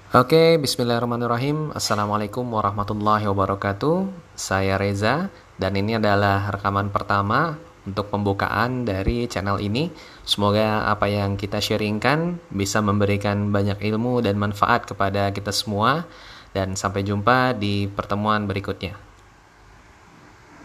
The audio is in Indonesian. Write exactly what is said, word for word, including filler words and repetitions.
Oke, bismillahirrahmanirrahim. Assalamualaikum warahmatullahi wabarakatuh. Saya Reza, dan ini adalah rekaman pertama untuk pembukaan dari channel ini. Semoga apa yang kita sharingkan bisa memberikan banyak ilmu dan manfaat kepada kita semua. Dan sampai jumpa di pertemuan berikutnya.